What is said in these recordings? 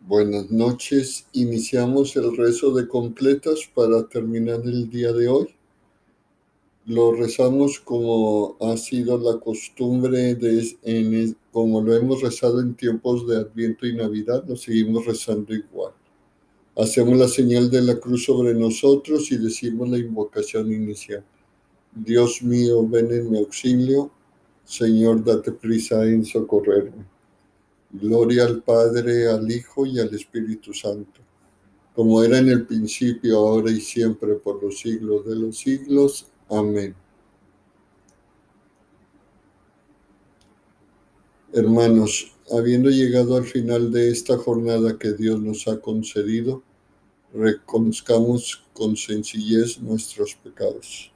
Buenas noches. Iniciamos el rezo de completas para terminar el día de hoy. Lo rezamos como ha sido la costumbre, como lo hemos rezado en tiempos de Adviento y Navidad, lo seguimos rezando igual. Hacemos la señal de la cruz sobre nosotros y decimos la invocación inicial. Dios mío, ven en mi auxilio. Señor, date prisa en socorrerme. Gloria al Padre, al Hijo y al Espíritu Santo, como era en el principio, ahora y siempre, por los siglos de los siglos. Amén. Hermanos, habiendo llegado al final de esta jornada que Dios nos ha concedido, reconozcamos con sencillez nuestros pecados.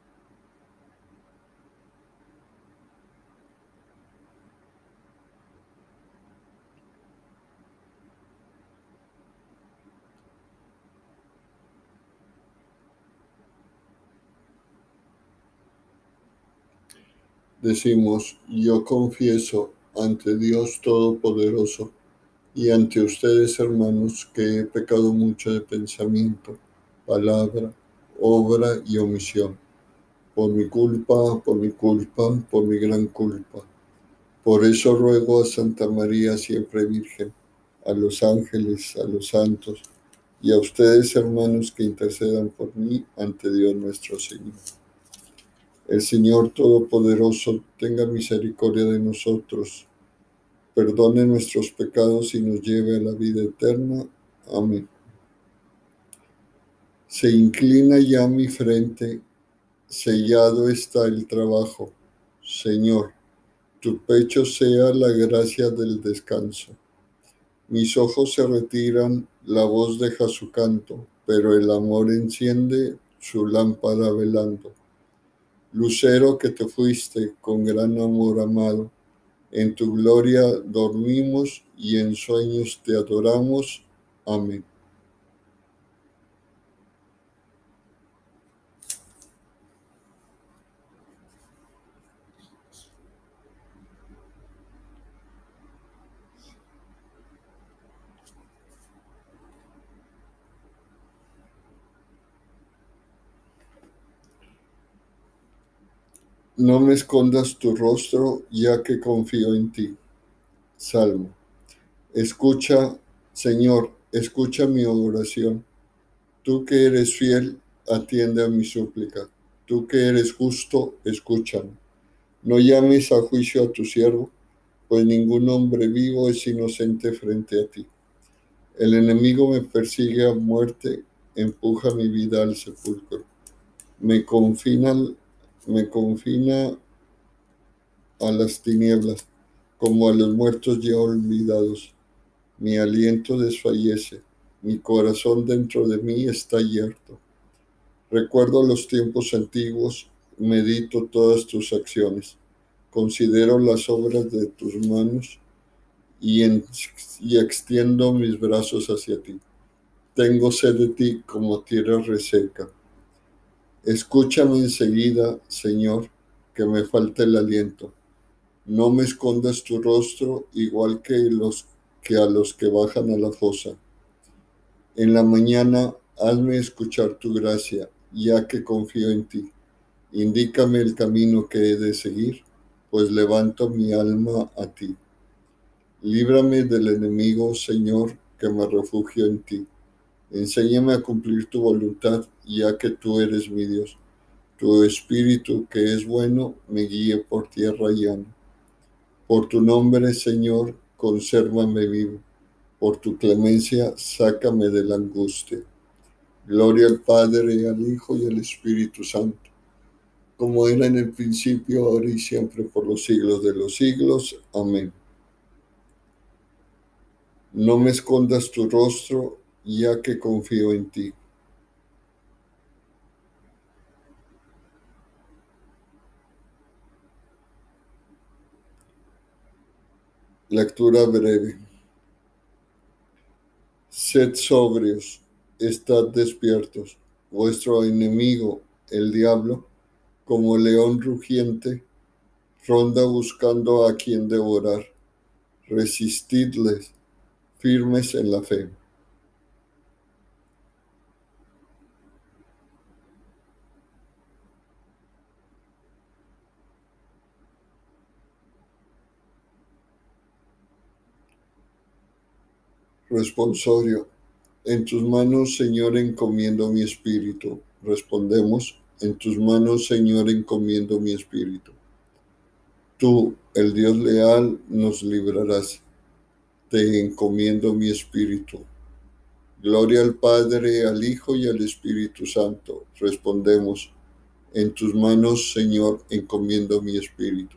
Decimos, yo confieso ante Dios Todopoderoso y ante ustedes, hermanos, que he pecado mucho de pensamiento, palabra, obra y omisión. Por mi culpa, por mi gran culpa. Por eso ruego a Santa María, siempre Virgen, a los ángeles, a los santos, y a ustedes, hermanos, que intercedan por mí ante Dios nuestro Señor. El Señor Todopoderoso tenga misericordia de nosotros, perdone nuestros pecados y nos lleve a la vida eterna. Amén. Se inclina ya mi frente, sellado está el trabajo. Señor, tu pecho sea la gracia del descanso. Mis ojos se retiran, la voz deja su canto, pero el amor enciende su lámpara velando. Lucero que te fuiste con gran amor amado, en tu gloria dormimos y en sueños te adoramos. Amén. No me escondas tu rostro, ya que confío en ti. Salmo. Escucha, Señor, escucha mi oración. Tú que eres fiel, atiende a mi súplica. Tú que eres justo, escúchame. No llames a juicio a tu siervo, pues ningún hombre vivo es inocente frente a ti. El enemigo me persigue a muerte, empuja mi vida al sepulcro. Me confina, me confina a las tinieblas, como a los muertos ya olvidados. Mi aliento desfallece, mi corazón dentro de mí está yerto. Recuerdo los tiempos antiguos, medito todas tus acciones, considero las obras de tus manos y extiendo mis brazos hacia ti. Tengo sed de ti como tierra reseca. Escúchame enseguida, Señor, que me falta el aliento. No me escondas tu rostro igual que a los que bajan a la fosa. En la mañana hazme escuchar tu gracia, ya que confío en ti. Indícame el camino que he de seguir, pues levanto mi alma a ti. Líbrame del enemigo, Señor, que me refugio en ti. Enséñame a cumplir tu voluntad, ya que tú eres mi Dios. Tu espíritu, que es bueno, me guíe por tierra llana. Por tu nombre, Señor, consérvame vivo. Por tu clemencia, sácame de la angustia. Gloria al Padre, al Hijo y al Espíritu Santo, como era en el principio, ahora y siempre, por los siglos de los siglos. Amén. No me escondas tu rostro, ya que confío en ti. Lectura breve. Sed sobrios, estad despiertos. Vuestro enemigo, el diablo, como león rugiente, ronda buscando a quien devorar. Resistidles, firmes en la fe. Responsorio. En tus manos, Señor, encomiendo mi espíritu. Respondemos, en tus manos, Señor, encomiendo mi espíritu. Tú, el Dios leal, nos librarás. Te encomiendo mi espíritu. Gloria al Padre, al Hijo y al Espíritu Santo. Respondemos, en tus manos, Señor, encomiendo mi espíritu.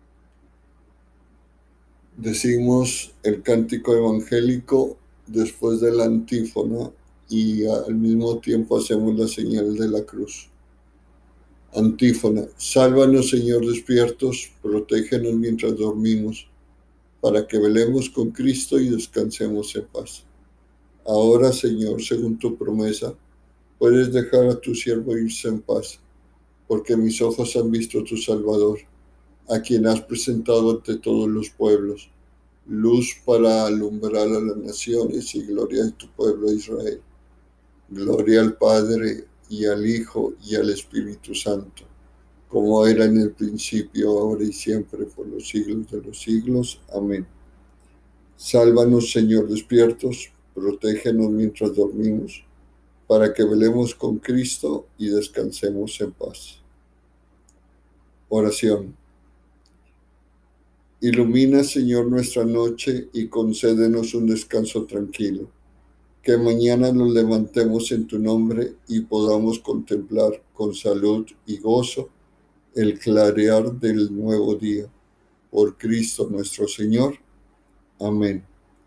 Decimos el cántico evangélico después de la antífona y al mismo tiempo hacemos la señal de la cruz. Antífona. Sálvanos, Señor, despiertos, protégenos mientras dormimos, para que velemos con Cristo y descansemos en paz. Ahora, Señor, según tu promesa, puedes dejar a tu siervo irse en paz, porque mis ojos han visto a tu Salvador, a quien has presentado ante todos los pueblos, luz para alumbrar a las naciones y gloria de tu pueblo Israel. Gloria al Padre, y al Hijo, y al Espíritu Santo, como era en el principio, ahora y siempre, por los siglos de los siglos. Amén. Sálvanos, Señor, despiertos, protégenos mientras dormimos, para que velemos con Cristo y descansemos en paz. Oración. Ilumina, Señor, nuestra noche y concédenos un descanso tranquilo. Que mañana nos levantemos en tu nombre y podamos contemplar con salud y gozo el clarear del nuevo día. Por Cristo nuestro Señor. Amén.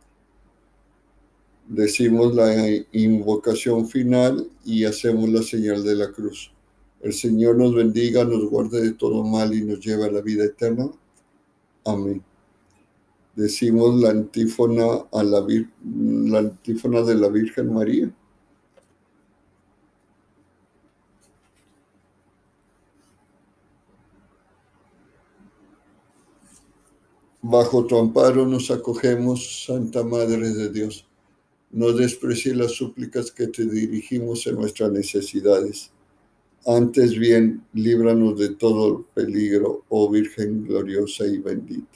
Decimos la invocación final y hacemos la señal de la cruz. El Señor nos bendiga, nos guarde de todo mal y nos lleve a la vida eterna. Amén. Decimos la antífona, la antífona de la Virgen María. Bajo tu amparo nos acogemos, Santa Madre de Dios. No desprecies las súplicas que te dirigimos en nuestras necesidades. Antes bien, líbranos de todo peligro, oh Virgen gloriosa y bendita.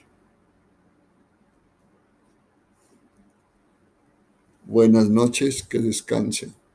Buenas noches, que descansen.